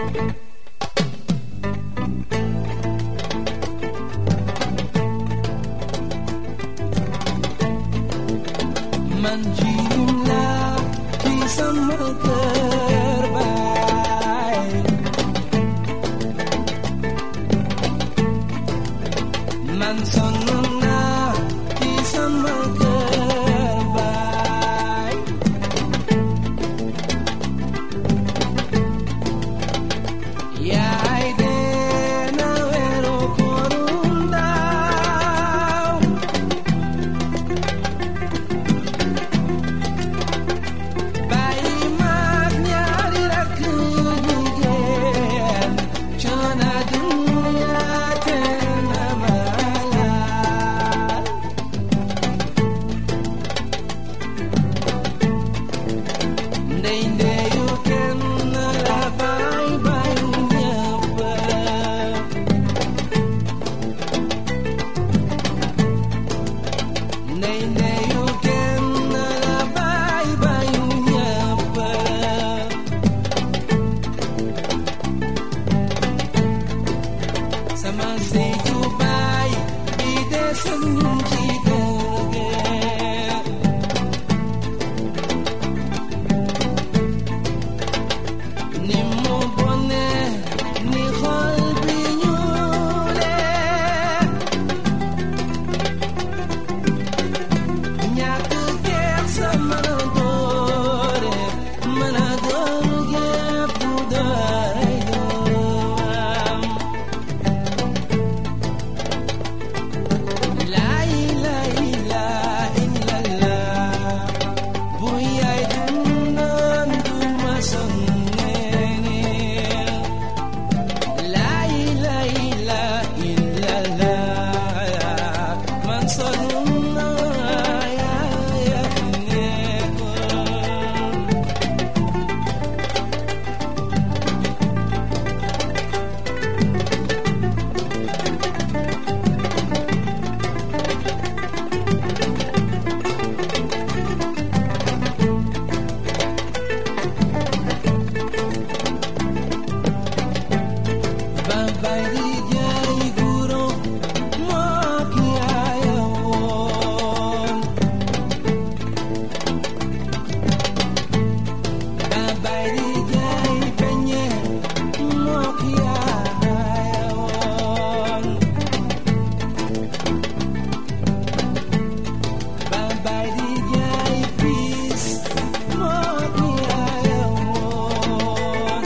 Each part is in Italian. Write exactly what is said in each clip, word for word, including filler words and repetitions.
Menjiwa kisah terbaik, Mansonuna kisah terbaik, ya aide na vero corundau, bai magnya dirakugen, chana dunia tena malal, ndei ndei uken la bai bai nyapa, ndei ndei uken la bai bai nyapa, sama si Dubai ide senji doge, ni mo bone ni qalbi nyule, nyaka ker sama dore mana dorge budai doam, la ilaha illa illallah, buyai dungan dumasangene, la ilaha illa illallah, mansaruna ya ya neko. Babai dijai guru mo kiayawon, babai dijai penye mo kiayawon, babai dijai peace mo kiayawon,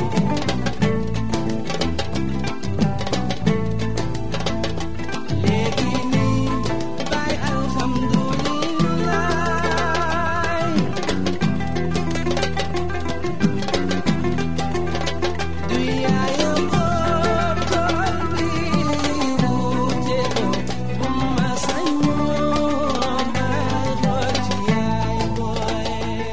legini bai alhamdulillah, duya yang qalbi butelo bumasanyo bagojiyai boy,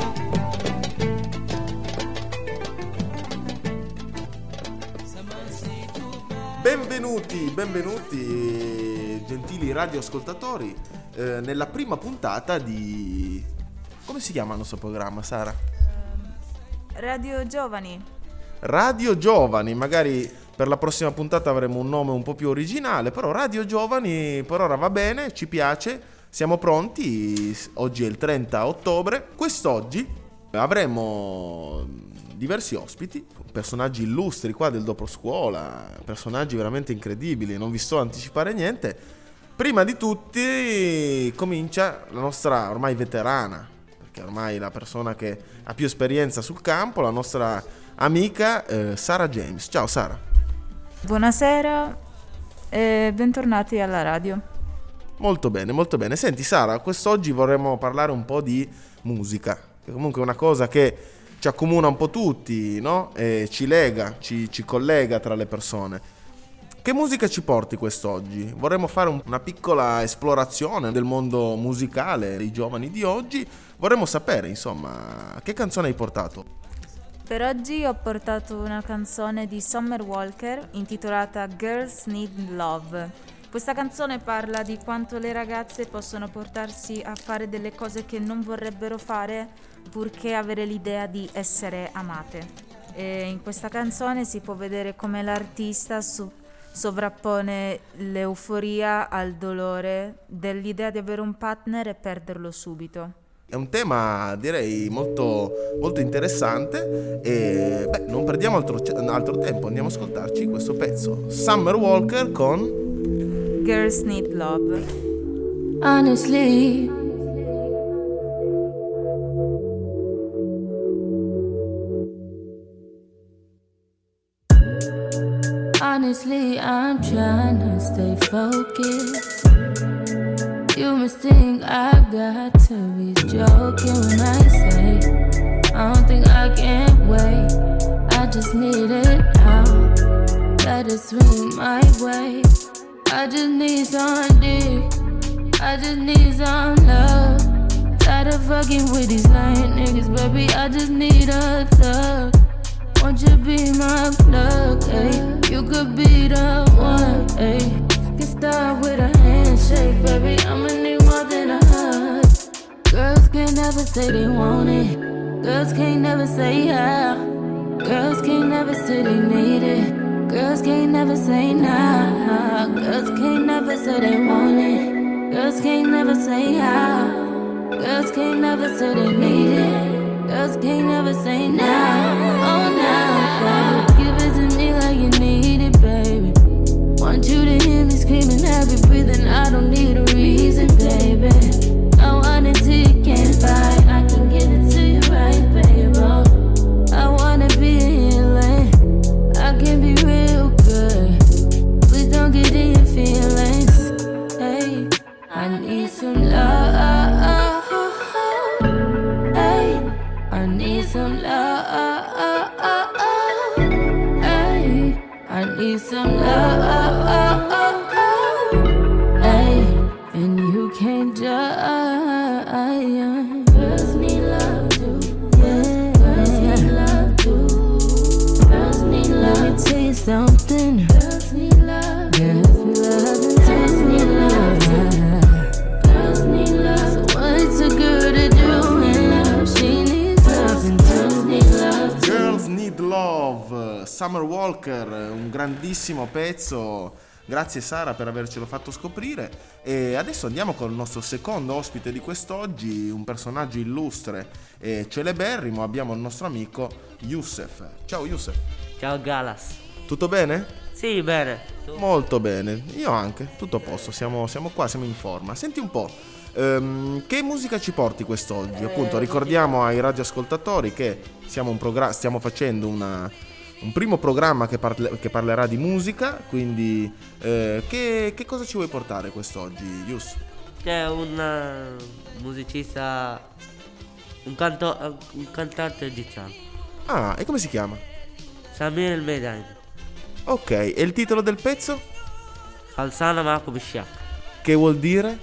sama si Dubai. Benvenuti, benvenuti gentili radioascoltatori eh, nella prima puntata di... come si chiama il nostro programma, Sara? Radio Giovani. Radio Giovani, magari per la prossima puntata avremo un nome un po' più originale, però Radio Giovani per ora va bene, ci piace, siamo pronti, oggi è il trenta ottobre, quest'oggi avremo diversi ospiti, personaggi illustri qua del doposcuola, personaggi veramente incredibili, non vi sto a anticipare niente. Prima di tutti comincia la nostra ormai veterana, perché ormai la persona che ha più esperienza sul campo, la nostra amica eh, Sara James. Ciao Sara. Buonasera e bentornati alla radio. Molto bene, molto bene. Senti Sara, quest'oggi vorremmo parlare un po' di musica, che comunque è una cosa che ci accomuna un po' tutti, no? E ci lega, ci, ci collega tra le persone. Che musica ci porti quest'oggi? Vorremmo fare un, una piccola esplorazione del mondo musicale dei giovani di oggi. Vorremmo sapere, insomma, che canzone hai portato? Per oggi ho portato una canzone di Summer Walker intitolata Girls Need Love. Questa canzone parla di quanto le ragazze possono portarsi a fare delle cose che non vorrebbero fare purché avere l'idea di essere amate. E in questa canzone si può vedere come l'artista su- sovrappone l'euforia al dolore dell'idea di avere un partner e perderlo subito. È un tema direi molto, molto interessante e beh, non perdiamo altro, altro tempo, andiamo ad ascoltarci questo pezzo. Summer Walker con Girls Need Love. Honestly, honestly, I'm trying to stay focused. You must think I got to be joking when I say I don't think I can wait. I just need it now. Let it swing my way. I just need some dick. I just need some love. Tired of fucking with these lying niggas, baby. I just need a thug. Won't you be my plug, ayy? You could be the one, ayy. Get started with a handshake, baby. I'ma need more than a hug. Girls can't never say they want it. Girls can't never say how. Girls can't never say they need it. Girls can't never say nah. Girls can't never say they want it. Girls can't never say how. Girls can't never say they need it. Girls can't never say nah. Oh nah, baby. Give it to me like you need it, baby. Want you to hear me screaming heavy breathing. I don't need a reason, baby. I want it till you can't buy. I can give it to you right, baby. I wanna be a healing. I can be real good. Please don't get in your feelings. Hey, I need some love. Hey, I need some love. Hey, I need some love. Hey, and you can't judge. Girls need love too. Yeah, girls need love too. Girls need love. Let me tell you something. Girls need love. Girls need love. Girls need love. Girls need love. So what's a girl to do? And she needs love and girls need love too. Girls Need Love, Summer Walker, un grandissimo pezzo. Grazie Sara per avercelo fatto scoprire. E adesso andiamo con il nostro secondo ospite di quest'oggi, un personaggio illustre e celeberrimo. Abbiamo il nostro amico Youssef. Ciao Youssef. Ciao Galas. Tutto bene? Sì, bene. Tu? Molto bene, io anche, tutto a posto, siamo, siamo qua, siamo in forma. Senti un po', ehm, che musica ci porti quest'oggi? Appunto, ricordiamo ai radioascoltatori che siamo un progra- stiamo facendo una, un primo programma che, parle- che parlerà di musica, quindi eh, che, che cosa ci vuoi portare quest'oggi, Yus? C'è un uh, musicista, un, canto- un cantante egiziano, Ah, e come si chiama? Samir El Medain, Ok, e il titolo del pezzo? Falsana Marco Bisciac. Che vuol dire?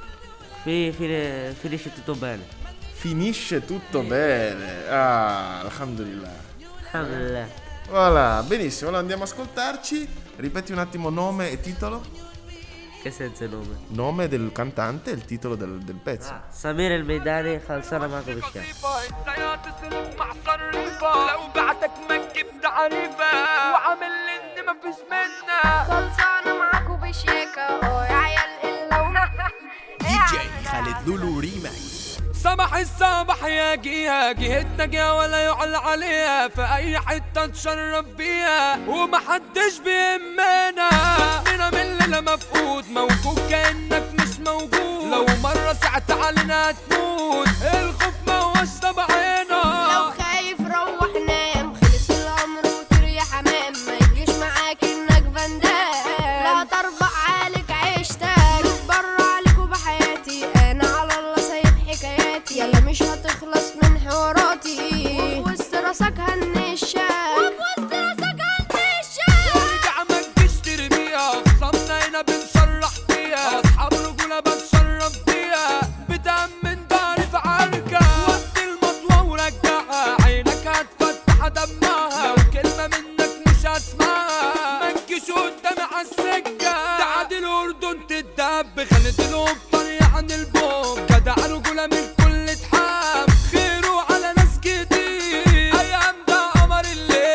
Fi- fine- finisce tutto bene. Finisce tutto bene. Ah, alhamdulillah. Alhamdulillah. Voilà, benissimo, allora andiamo a ascoltarci. Ripeti un attimo nome e titolo. Che senza nome? Nome del cantante e il titolo del, del pezzo. Ah, Samir El Medain, Falsana Marco Bisciac. ازاي تصرف مع صريفة لو بعتك ما تجيب تعريفة وعامل ان مفيش منا خلصانة معاكوا بشيكة اه يا عيال اللون دي جي خالد لولو ريماكس. سمح السمح يا جيها جهتنا جا ولا يعلى عليها في اي حتة نشرف بيها ومحدش بيهمنا اسمنا من الليلة مفقود موجود كأنك مش موجود لو مرة سعت علينا هتموت الخوف ما هوش تبعنا لو خايف روح نام خلص الامر وطير يا حمام ما يجيش معاك انك فندام لا تربع عليك عيشتك بره عليكوا بحياتي انا على الله سايب حكاياتي يلا مش هتخلص من حواراتي وسط راسك هنشك وسط راسك هنشك ارجع ما تجيش ترميها خصمنا هنا بنشرح فيها اصحاب رجولة بتشرف فيها بتأمن داري في عركة وقت المطوة ورجعها عينك هتفتح دمها لو كلمة منك مش هسمعها ما تجيش قدامي عالسكة تعادي الأردن تتدب خلت الهوب طريق عن البوم جدع رجولة من كل تحام خيره على ناس كتير أيام ده قمر الليل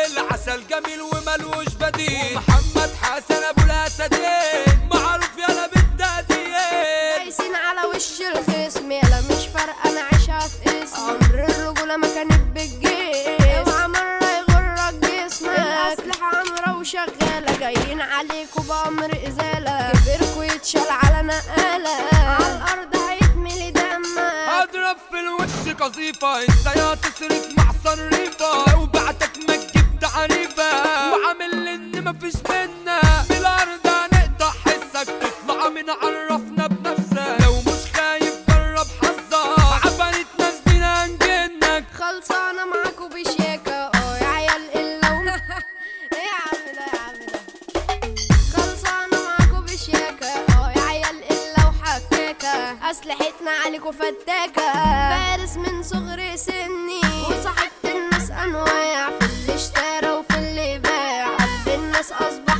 عليكوا بأمر إزالة كبركوا يتشال على نقالة على الأرض هيتملي دمك اضرب في الوش قصيفة انت يا تصرف مع صريفة لو بعتك ما تجيب تعريفة وعامل ان مفيش منا بالارض هنقطع حسك تطلع من عرفنا بنفسك لو مش خايف جرب حظك عفاريت ناس بينا هنجنك خلصانة معاكوا بشياكة اه يا عيال إلا و ايه يا عم ده يا عم ده خلصانة معاكوا بشياكة اه يا عيال إلا وحكاكة أسلحتنا عليكوا فتاكة فارس من صغر سني وصاحبت الناس أنواع في اللي اشترى وفي اللي باع قلب الناس أصبح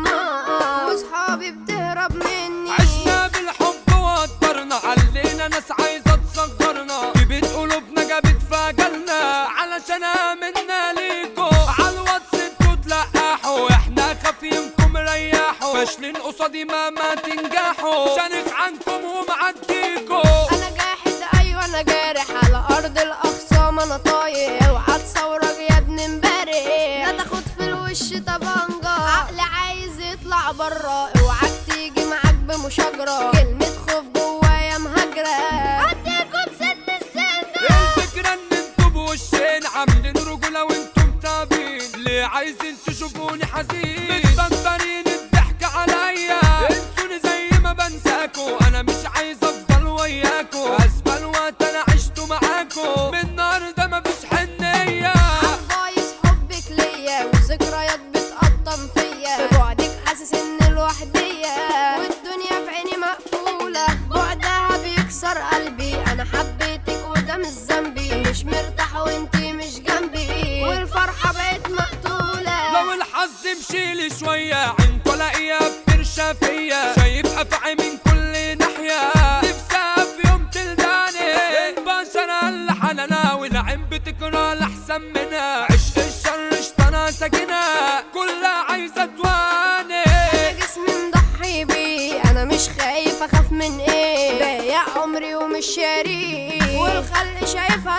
طماع وصحابي بتهرب مني عشنا بالحب وقدرنا علينا ناس عايزة تصغرنا جبت قلوبنا جابت فجلنا علشان آمنا ليكو عالواتس انتوا تلقحوا احنا خافينكم ريحوا فاشلين قصادي مهما تنجحوا شانخ عنكم ومعديكو أنا جاحد أيوة أنا جارح على أرض الأخصام أنا طاير اوعى تصورك يا ابن امبارح لا تاخد في الوش طبنجة عقلي عايز يطلع برا اوعاك تيجي معاك بمشاجرة كلمة خوف جوايا مهاجرة هديكوا بست السنة الفكرة ان انتوا بوشين عاملين رجولة وانتم تابين ليه عايزين تشوفوني حزين مستنطرين الضحك عليا انسوني زي ما بنساكوا انا مش عايز افضل وياكوا اسفل وقت انا عشته معاكوا من النهارده مفيش حنية عالبايظ حبك ليا وذكريات بتقطم فيا في بعدك حاسس ان الوحدية والدنيا في عيني مقفولة بعدها بيكسر قلبي انا حبيتك وده مش ذنبي مش مرتاح وانتي مش جنبي والفرحة بقت مقتولة لو الحظ مشيلي شوية عينكوا الاقيها بترشى فيا شايف افعي من كل ناحية نفسها في يوم تلداني البشر اللي حنانا والعين بتكره الاحسن منها عشق الشر شطانة ساكنة كلها عايزة تواني انا جسمي مضحي بيه انا مش خايف اخاف من ايه بايع عمري ومش شاريه والخلق شايفها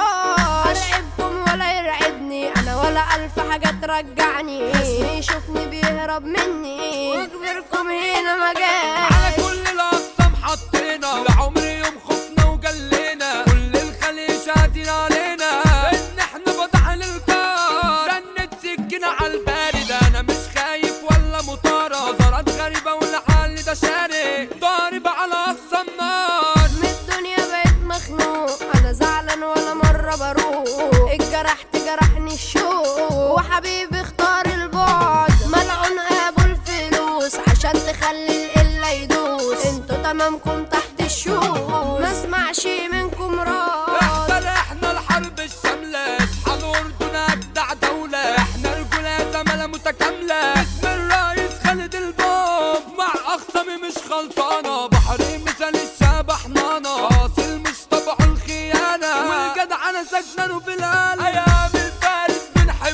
طشاش ارعبكم ولا يرعبني انا ولا الف حاجة ترجعني خصمي يشوفني بيهرب مني وكبركم هنا مجال على كل الاقسام حطينا لعمر يوم خفنا وجلينا كل الخلق شاهدين علينا ان احنا فتح للكار سنة سكينة عالبارد انا مش خايف ولا مطارة نظرات غريبة والحال ده شاري ضارب على اقصى النار من الدنيا بقيت مخنوق انا زعلان ولا مرة بروق اتجرحت جرحني الشوق وحبيبي اختار البعد ملعون ابو الفلوس عشان تخلي القلة يدوس انتوا تمامكم تحت الشوق ما اسمعش منكم راس احسن احنا الحرب الشاملة اصحى الاردن اجدع دولة احنا رجولة زمالة متكاملة اسم الرئيس خالد الباب مع اخصامي مش خلصانة بحري مثال الشاب حنانة اصل مش طبعه الخيانة والجدع انا سجنانه في القلب ايام الفارس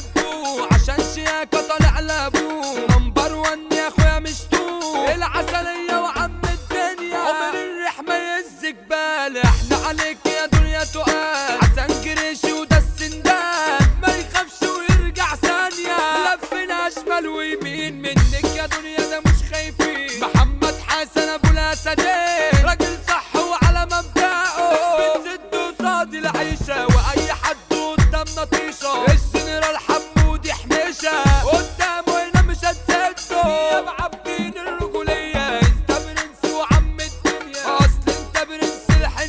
بنحبه عشان شياكة طالع لابوه نمبر وان يا اخويا مشتوه العسلية وعم الدنيا عمر الريح ما يهز جبال احنا عليك يا دنيا تقال حسن جريشي وده السندان ما يخافش ويرجع ثانية لفنا شمال ويمين منك يا دنيا ده مش خايفين محمد حسن ابو الاسدين راجل صح وعلى مبدأه بنسد قصاد العيشة واي حد قدامنا طيشة الجنرال حمودي حميشة قدامه هنا مش هتسده يا معبدين الرجولية انت برنس وعم الدنيا اصل انت برنس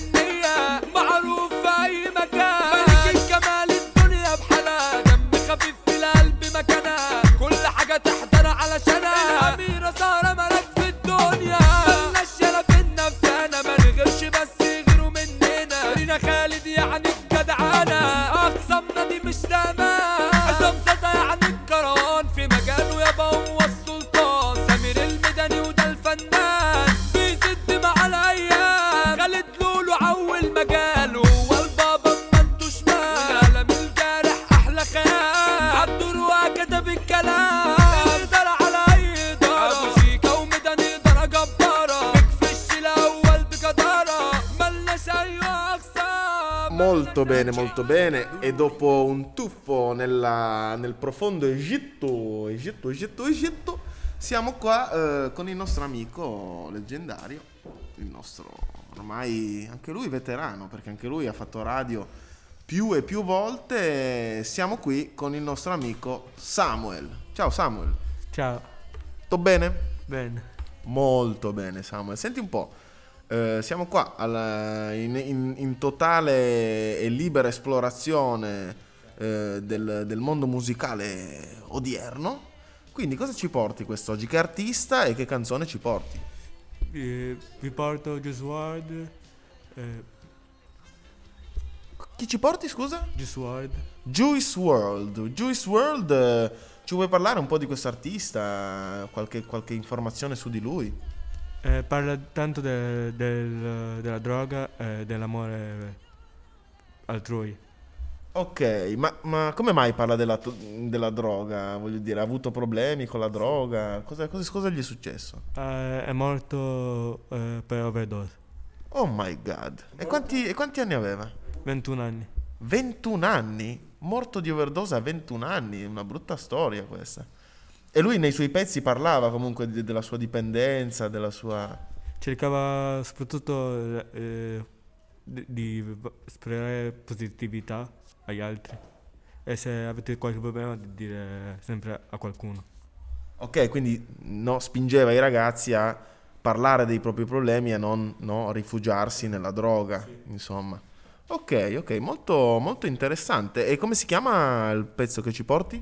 الحنية معروف في اي مكان ملك الجمال الدنيا بحالها دم خفيف في القلب مكانها كل حاجة تحضر علشانها الأميرة سارة ملك في الدنيا ملناش يلا في النفسانة منغيرش بس يغيروا مننا لينا خالد يعني الجدعانة أقسامنا دي مش تمام عصام صاصا يعني الكروان في مجاله يابا هو السلطان سمير الميداني وده الفنان بيسد مع الأيام خالد لولو عول مجاله هو البابا ما انتو شمال والقلم الجارح أحلى خيال عالدروع كتب الكلام يقدر على أي إدارة أبو شيكا وميداني إدارة جبارة بكفش الأول بجدارة ملناش أي أقسام Molto bene, molto bene. E dopo un tuffo nella- nel profondo Egitto, Egitto, Egitto, Egitto, Siamo qua eh, con il nostro amico leggendario, il nostro ormai anche lui veterano, perché anche lui ha fatto radio più e più volte. Siamo qui con il nostro amico Samuel. Ciao Samuel. Ciao. Tutto bene? Bene. Molto bene Samuel. Senti un po', eh, siamo qua alla, in, in, in totale e libera esplorazione eh, del, del mondo musicale odierno. Quindi cosa ci porti quest'oggi? Che artista e che canzone ci porti? Eh, vi porto Juice world. Eh, Chi ci porti, scusa? Juice world. Juice world. Juice world, eh, ci vuoi parlare un po' di questo artista? Qualche, qualche informazione su di lui? Eh, parla tanto de- del- della droga e dell'amore altrui. Ok, ma, ma come mai parla della, della droga? Voglio dire, ha avuto problemi con la droga? Cosa, cosa, cosa gli è successo? Eh, è morto eh, per overdose. Oh my god. E quanti, e quanti anni aveva? ventuno anni. ventuno anni? Morto di overdose a ventuno anni? Una brutta storia questa. E lui nei suoi pezzi parlava comunque di- della sua dipendenza, della sua... Cercava soprattutto eh, di, di sperare positività agli altri. E se avete qualche problema di dire sempre a qualcuno. Ok, quindi no, spingeva i ragazzi a parlare dei propri problemi e a non no, rifugiarsi nella droga, insomma. Ok, ok, molto, molto interessante. E come si chiama il pezzo che ci porti?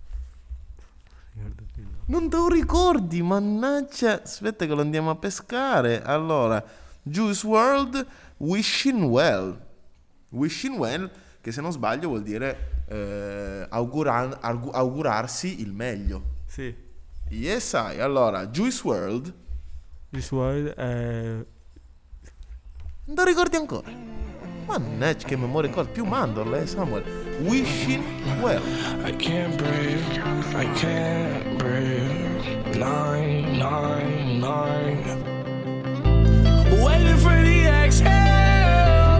Non te lo ricordi, mannaggia. Aspetta che lo andiamo a pescare. Allora, Juice world, Wishing Well. Wishing Well, che se non sbaglio vuol dire eh, augura- augu- augurarsi il meglio. Sì. Yes, I. Allora, Juice world. Juice world è... Non te lo ricordi ancora? Mannaggia, che memoria cosa. Più mandorle, eh, Samuel. Wishing Well. I can't breathe, I can't breathe. Nine, nine, nine. Waiting for the exhale.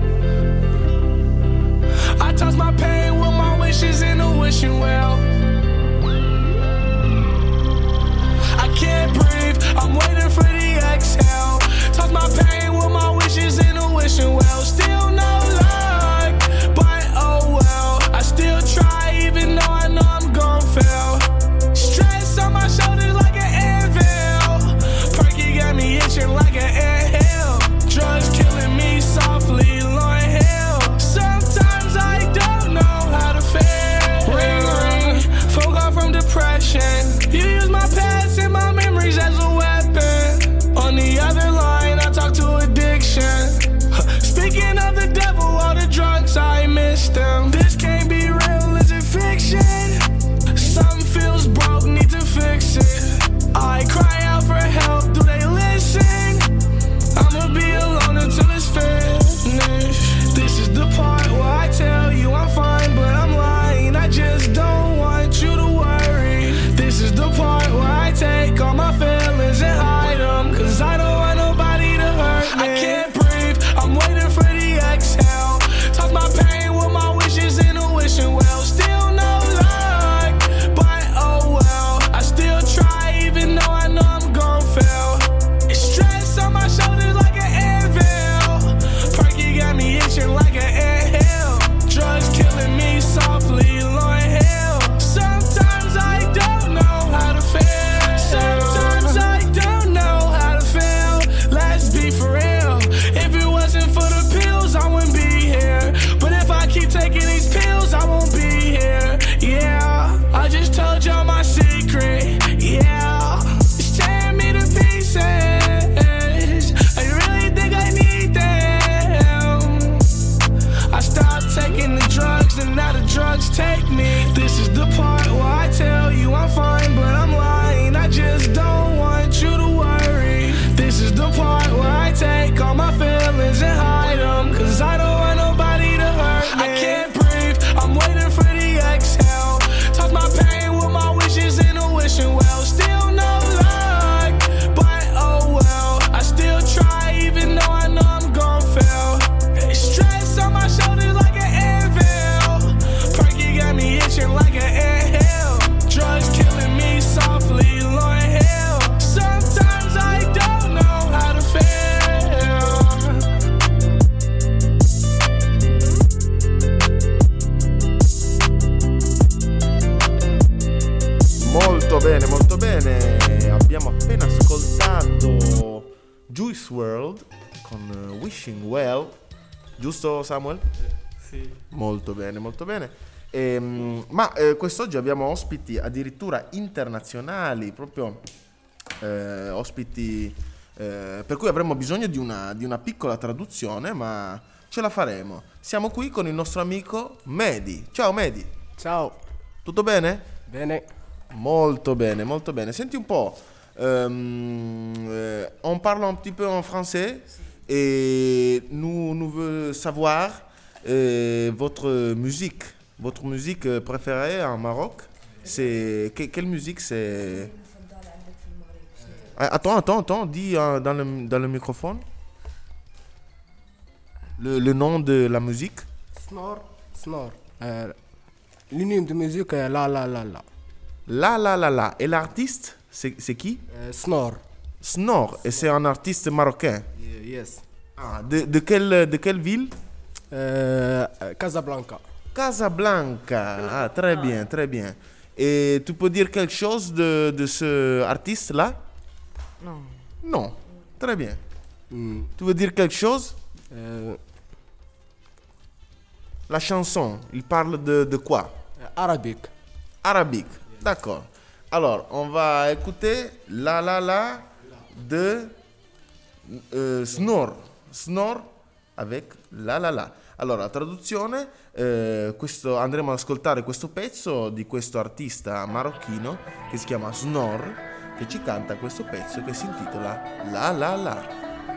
I toss my pain with my wishes in a wishing well. I can't breathe, I'm waiting for the exhale. Toss my pain with my wishes in a wishing well. Still no luck, but oh well. I still try even though I know I'm gon' fail. Stress on my shoulders like an anvil. Perky got me itching like an anthill. Drugs killing me softly, Lauryn Hill. Sometimes I don't know how to feel. Ring ring, folk off from depression. You use my past and my memories as a weapon. On the other line, I talk to addiction. Speaking of the devil, all the drugs, I miss them. This can't be real, is it fiction? Something feels broke, need to fix it. I cry out for help, do they listen? I'ma be alone until it's finished. This is the part where I tell you I'm fine, but I'm lying. I just don't want you to worry. This is the part where I take all my feelings and hide them, cause I don't want nobody to hurt me. I can't breathe, I'm waiting for the exhale. Toss my pain with my wishes in a wishing well. Still no luck, but oh well. I still try even though I know I'm gon' fail. It's stress on my shoulders like an anvil. Perky got me itching like an anthill. Drugs killing me softly, Lauryn Hill. Sometimes I don't know how to feel. Sometimes I don't know how to feel. Let's be for real. If it wasn't for the pills, I wouldn't be here. But if I keep taking these pills, I won't be here. Yeah, I just told y'all my secret. Yeah, it's tearing me to pieces. I really think I need them. I stopped taking the drugs and now the drugs take me. This is the part where I tell you I'm fine, but I'm lying. I just don't want you to worry. This is the part where I take all my feelings and hide them, cause I don't want nobody to hurt me. I can't breathe, I'm waiting for the exhale. Toss my pain with my wishes in a wishing well. Still no luck, but oh well. I still try even though I know I'm gon' fail. Stress on my shoulders like an anvil. Perky got me itching like an anthill. Molto bene, molto bene. Abbiamo appena ascoltato Juice world con uh, Wishing Well. Giusto, Samuel? Sì. Molto bene, molto bene. Ehm, ma eh, quest'oggi abbiamo ospiti addirittura internazionali, proprio eh, ospiti eh, per cui avremo bisogno di una, di una piccola traduzione, ma ce la faremo. Siamo qui con il nostro amico Mehdi. Ciao Mehdi. Ciao. Tutto bene? Bene. Molto bene, molto bene. Senti un po', ehm, eh, on parle un petit peu en français et nous, nous voulons savoir euh, votre musique, votre musique préférée en Maroc. C'est que- quelle musique c'est? Ah, Attends, attends, attends, dis euh, dans le, dans le microphone le, le nom de la musique. Snor. Snor. Euh, L'union de musique est La La La La. La la la la. Et l'artiste, c'est c'est qui? Euh, Snor. Snor, et c'est un artiste marocain. Yeah, yes. Ah, de, de, quelle, de quelle ville? Euh, euh, Casablanca. Casablanca. Ah, très bien, très bien. Et tu peux dire quelque chose de, de ce artiste-là? Non. Non. Très bien. Hmm. Tu veux dire quelque chose? Euh, La chanson, il parle de, de quoi? Arabique. Arabique. D'accord. Alors, on va écouter La La La de eh, Snor. Snor avec La La La. Allora, traduzione, eh, questo, andremo ad ascoltare questo pezzo di questo artista marocchino che si chiama Snor, che ci canta questo pezzo che si intitola La La La.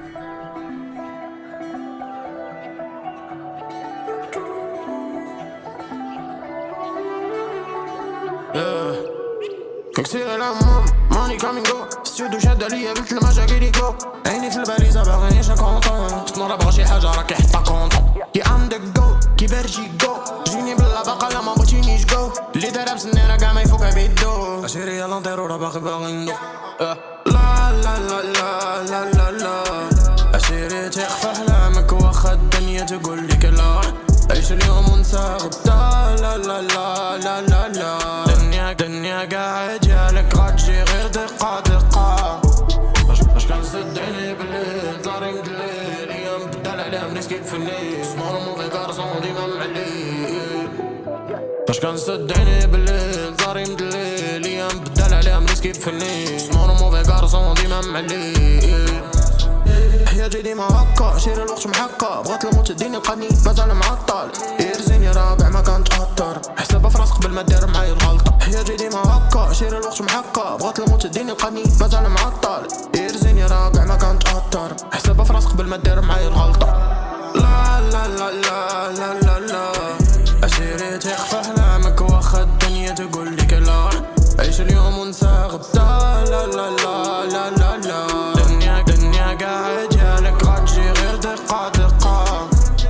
كثير الهموم ماني كامين جو ستوديو شاد عليا مثل ما جا كيريكو عيني في الباريزة باغينيش نكونطون سنورة بغا شي حاجة راكي حطها كونطون كي عندك جو كي بارجي جو جيني بلا باقا لا ما بغيتينيش جو اللي دارها بسنينة كاع ما يفوقها بيدو اشيري يلا نطيرو راه باقي باغي ندوق لا لا لا لا لا لا لا اشيري تخفى احلامك واخا الدنيا تقول لك لا عيش اليوم ونسى غدا لا لا لا لا لا لا دنيا دنيا قاعد جالك غاتجي غير دقة دقة باش باش كنصدقني بالليل طاري مدليل ايام بدال عليهم ناس كيتفني سمور موفي كارسون ديما معليل باش كنصدقني بالليل طاري مدليل ايام بدال عليهم ناس كيتفني سمور موفي كارسون ديما معليل حياتي ديما هكا شير الوقت محكا بغات الموت تديني لقاني مازال معطل يرزيني رابع ما كنتأثر حسابها في راسك قبل ما دير معايا الغلطة حياتي ديما هكا شير الوقت محكا بغات الموت تديني لقاني مازال معطل يرزيني رابع ما كنتأثر حسابها في راسك قبل ما دير معايا الغلطة لا لا لا لا لا لا لا اشيري تخفى احلامك واخا الدنيا تقول لك لا عيش اليوم ونسى غدا لا لا لا لا لا لا دنيا دنيا قاعد جالك غاتجي غير دقة دقة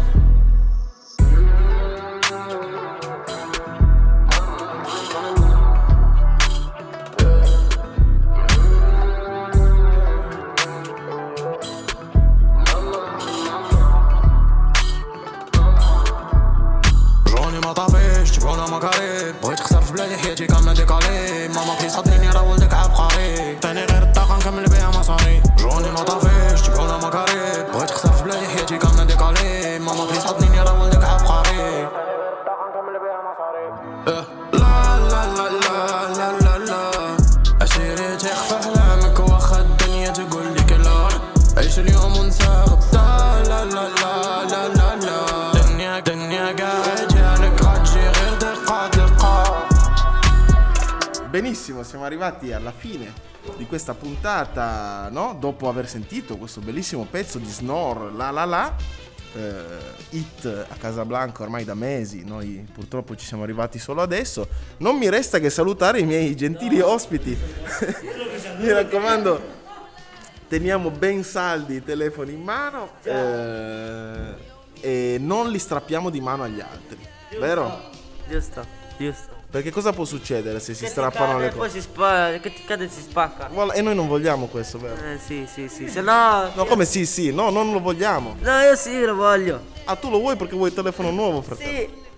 جوني ما طافيش جبرونا ما قريب بغيت خسر في بلادي حياتي كاملة ديكالي ماما بليز خاطريني راه ولدك عبقري تاني غير الطاقة نكمل بيها مصاري جوني ما طافيش جبرونا ما قريب بغيت خسر في بلادي حياتي كاملة ديكالي ماما بليز خاطريني راه ولدك عبقري لا لا لا لا لا لا لا اشيري تخفى احلامك واخا الدنيا تقول لك لا عيش اليوم ونسى غدا لا لا لا لا لا لا دنيا دنيا قاعد جالك غاتجي غير دقة دقة. Benissimo, siamo arrivati alla fine di questa puntata, no? Dopo aver sentito questo bellissimo pezzo di Snor, La La La, eh, hit a Casablanca ormai da mesi, noi purtroppo ci siamo arrivati solo adesso. Non mi resta che salutare i miei gentili ospiti. Mi raccomando, teniamo ben saldi i telefoni in mano eh, e non li strappiamo di mano agli altri, vero? Giusto, giusto. Perché cosa può succedere se si Che ti strappano cade, le poi cose? si spacca, che ti cade e si spacca. Guarda, e noi non vogliamo questo, vero? Eh sì, sì, sì. Se no. No, come sì, sì, no, non lo vogliamo. No, io sì lo voglio. Ah, tu lo vuoi perché vuoi il telefono nuovo, fratello? Sì.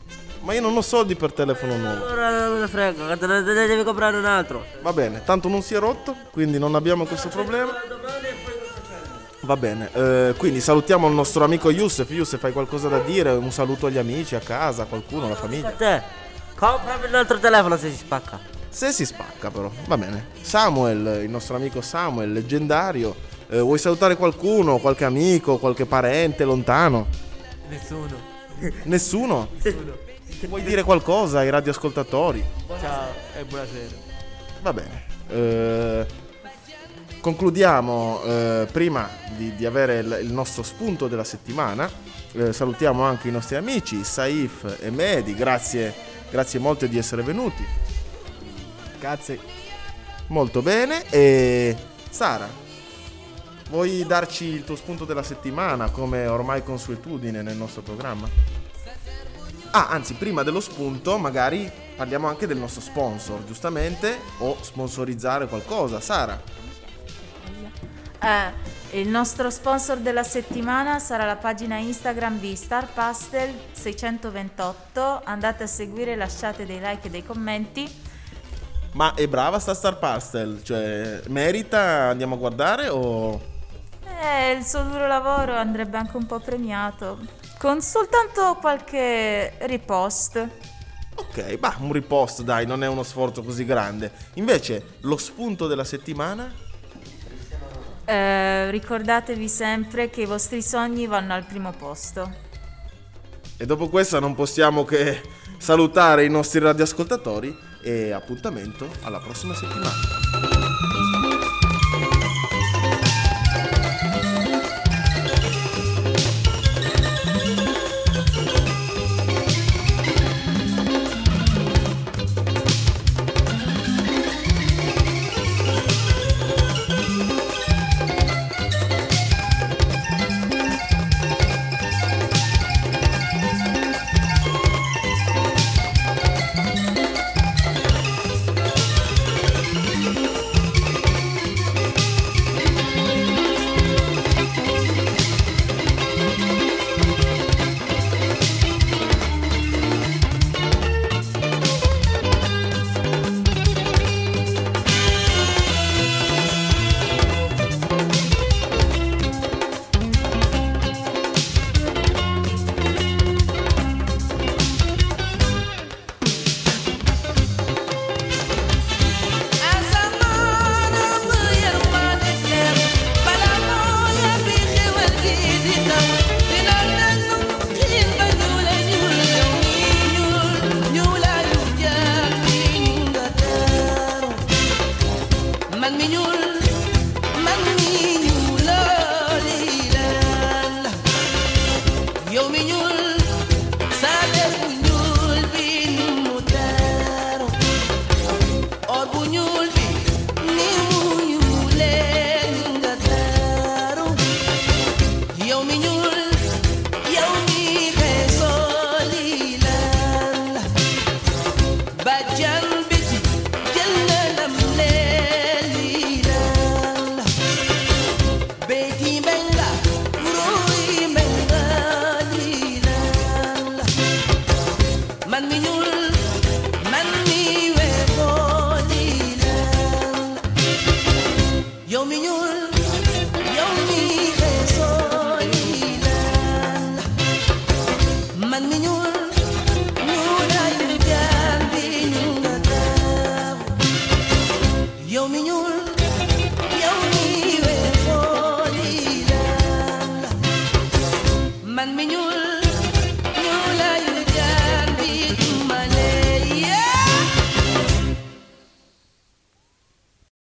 Ma io non ho soldi per telefono nuovo. Allora non me ne frega, te ne ne devi comprare un altro. Va bene, tanto non si è rotto, quindi non abbiamo questo problema. Va bene, eh, quindi salutiamo il nostro amico Youssef. Youssef, hai qualcosa da dire? Un saluto agli amici, a casa, a qualcuno, alla famiglia? A te, comprami un altro telefono se si spacca. Se si spacca però, va bene. Samuel, il nostro amico Samuel, leggendario, eh, vuoi salutare qualcuno, qualche amico, qualche parente lontano? Nessuno. Nessuno? Vuoi dire qualcosa ai radioascoltatori? Ciao e buonasera. Va bene. Eh, concludiamo eh, prima di, di avere il, il nostro spunto della settimana. Eh, salutiamo anche i nostri amici Saif e Mehdi. Grazie, grazie molte di essere venuti. Grazie. Molto bene. E Sara, vuoi darci il tuo spunto della settimana come ormai consuetudine nel nostro programma? Ah, anzi, prima dello spunto magari parliamo anche del nostro sponsor, giustamente, o sponsorizzare qualcosa. Sara? Eh, il nostro sponsor della settimana sarà la pagina Instagram di Star Pastel seicentoventotto. Andate a seguire, lasciate dei like e dei commenti. Ma è brava sta Star Pastel? Cioè, merita, andiamo a guardare o... Eh, il suo duro lavoro andrebbe anche un po' premiato, con soltanto qualche ripost. Ok, bah, un ripost dai, non è uno sforzo così grande. Invece, lo spunto della settimana? Eh, ricordatevi sempre che i vostri sogni vanno al primo posto. E dopo questa non possiamo che salutare i nostri radioascoltatori e appuntamento alla prossima settimana.